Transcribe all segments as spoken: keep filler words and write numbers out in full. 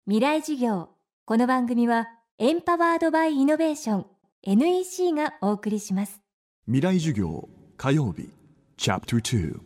未来事業。この番組はエンパワードバイイノベーション エヌイーシー がお送りします。 未来事業火曜日チャプターに。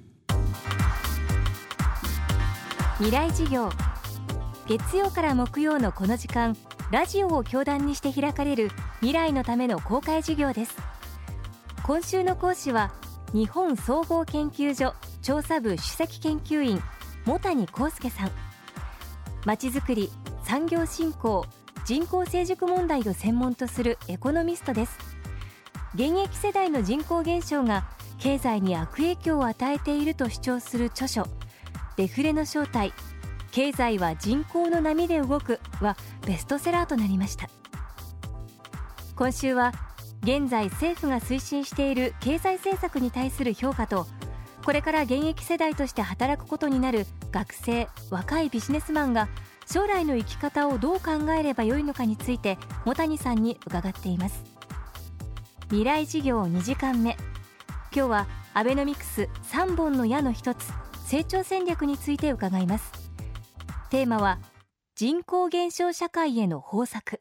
未来事業。月曜から木曜のこの時間、ラジオを教壇にして開かれる未来のための公開授業です。今週の講師は日本総合研究所調査部首席研究員茂谷康介さん。まちづくり、産業振興、人口成熟問題を専門とするエコノミストです。現役世代の人口減少が経済に悪影響を与えていると主張する著書デフレの正体、経済は人口の波で動くはベストセラーとなりました。今週は現在政府が推進している経済政策に対する評価と、これから現役世代として働くことになる学生、若いビジネスマンが将来の生き方をどう考えればよいのかについて茂谷さんに伺っています。未来事業にじかんめ、今日はアベノミクスさんぼんの矢の一つ、成長戦略について伺います。テーマは人口減少社会への方策。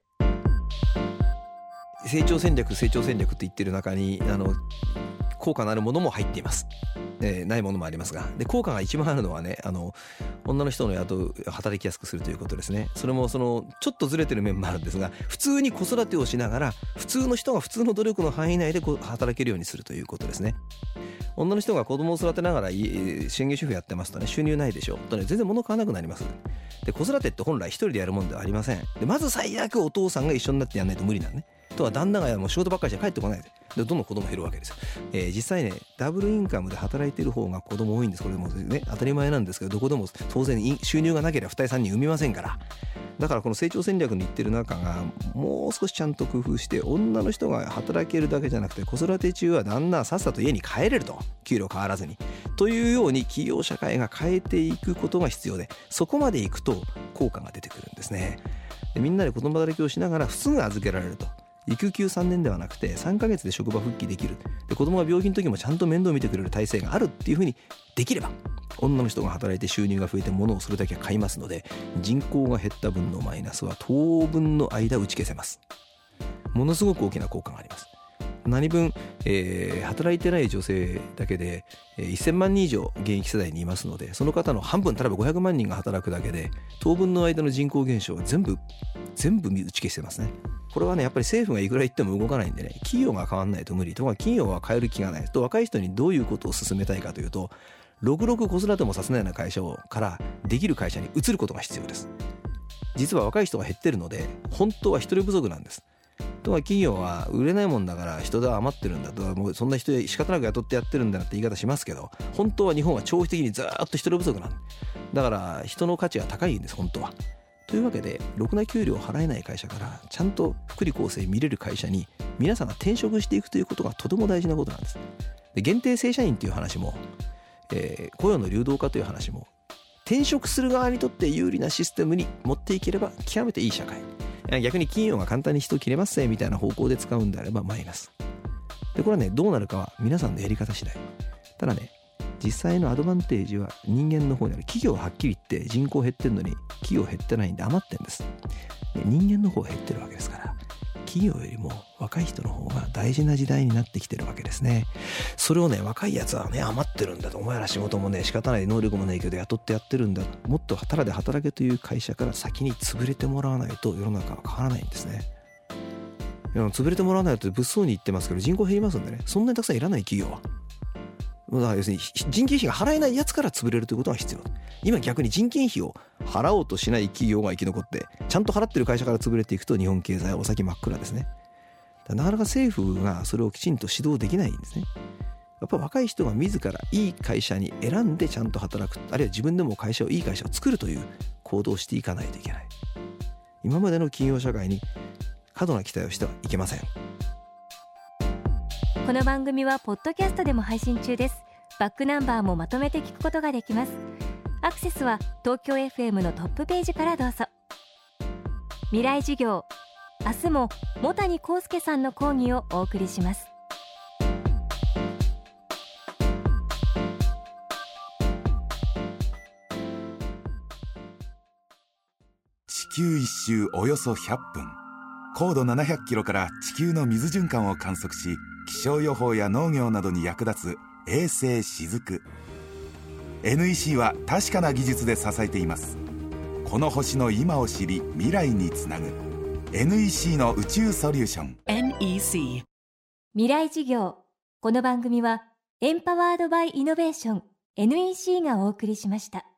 成長戦略成長戦略って言ってる中にあの効果のあるものも入っています、えー、ないものもありますが、で効果が一番あるのはね、あの女の人の雇う働きやすくするということですね。それもそのちょっとずれてる面もあるんですが、普通に子育てをしながら普通の人が普通の努力の範囲内でこう働けるようにするということですね。女の人が子供を育てながら専業主婦やってますとね、収入ないでしょとね、全然物買わなくなります。で子育てって本来一人でやるもんではありません。でまず最悪お父さんが一緒になってやんないと無理なんね。とは旦那がもう仕事ばっかりじゃ帰ってこないで、でどんどん子供減るわけですよ、えー、実際ねダブルインカムで働いてる方が子供多いんです。これもね当たり前なんですけど、どこでも当然収入がなければふたりさんにん産みませんから。だからこの成長戦略に言ってる中がもう少しちゃんと工夫して、女の人が働けるだけじゃなくて子育て中は旦那はさっさと家に帰れると、給料変わらずにというように企業社会が変えていくことが必要で、そこまでいくと効果が出てくるんですね。でみんなで子供働きをしながらすぐ預けられると、育休さんねんではなくてさんかげつで職場復帰できる。で子供が病気の時もちゃんと面倒を見てくれる体制があるっていうふうにできれば、女の人が働いて収入が増えて物をそれだけ買いますので、人口が減った分のマイナスは当分の間打ち消せます。ものすごく大きな効果があります。何分、えー、働いてない女性だけで、えー、せんまんにん以上現役世代にいますので、その方の半分、例えばごひゃくまんにんが働くだけで当分の間の人口減少は全部全部打ち消してますね。これはねやっぱり政府がいくら言っても動かないんでね、企業が変わんないと無理。とか企業は変える気がないと、若い人にどういうことを進めたいかというと、ろくろく子育てもさせないような会社をからできる会社に移ることが必要です。実は若い人が減ってるので本当は人手不足なんです。とは企業は売れないもんだから人手は余ってるんだと、もうそんな人仕方なく雇ってやってるんだなって言い方しますけど、本当は日本は長期的にずっと人手不足なんだから人の価値は高いんです本当は。というわけでろくな給料を払えない会社からちゃんと福利厚生見れる会社に皆さんが転職していくということがとても大事なことなんです。で限定正社員という話も、えー、雇用の流動化という話も、転職する側にとって有利なシステムに持っていければ極めていい社会。逆に企業が簡単に人を切れますぜみたいな方向で使うんであればマイナスで、これはねどうなるかは皆さんのやり方次第。ただね実際のアドバンテージは人間の方にある。企業ははっきり言って人口減ってるのに企業減ってないんで余ってるんです。で人間の方が減ってるわけですから、企業よりも若い人の方が大事な時代になってきてるわけですね。それをね若いやつはね余ってるんだと、お前ら仕事もね仕方ない、能力もないけど雇ってやってるんだと、もっとただで働けという会社から先に潰れてもらわないと世の中は変わらないんですね。いや潰れてもらわないと物騒に言ってますけど、人口減りますんでね、そんなにたくさんいらない企業は。だから要するに人件費が払えないやつから潰れるということが必要。今逆に人件費を払おうとしない企業が生き残って、ちゃんと払ってる会社から潰れていくと日本経済はお先真っ暗ですね。なかなか政府がそれをきちんと指導できないんですね。やっぱ若い人が自らいい会社に選んでちゃんと働く、あるいは自分でも会社をいい会社を作るという行動をしていかないといけない。今までの企業社会に過度な期待をしてはいけません。 この番組はポッドキャストでも配信中です。バックナンバーもまとめて聞くことができます。アクセスは東京 エフエム のトップページからどうぞ。未来事業、明日も茂谷康介さんの講義をお送りします。 地球一周およそひゃっぷん、高度ななひゃくキロから地球の水循環を観測し、気象予報や農業などに役立つ衛星しずく。 エヌイーシー は確かな技術で支えています。この星の今を知り、未来につなぐ エヌイーシー の宇宙ソリューション。 エヌイーシー未来事業。この番組はエンパワードバイイノベーション エヌイーシー がお送りしました。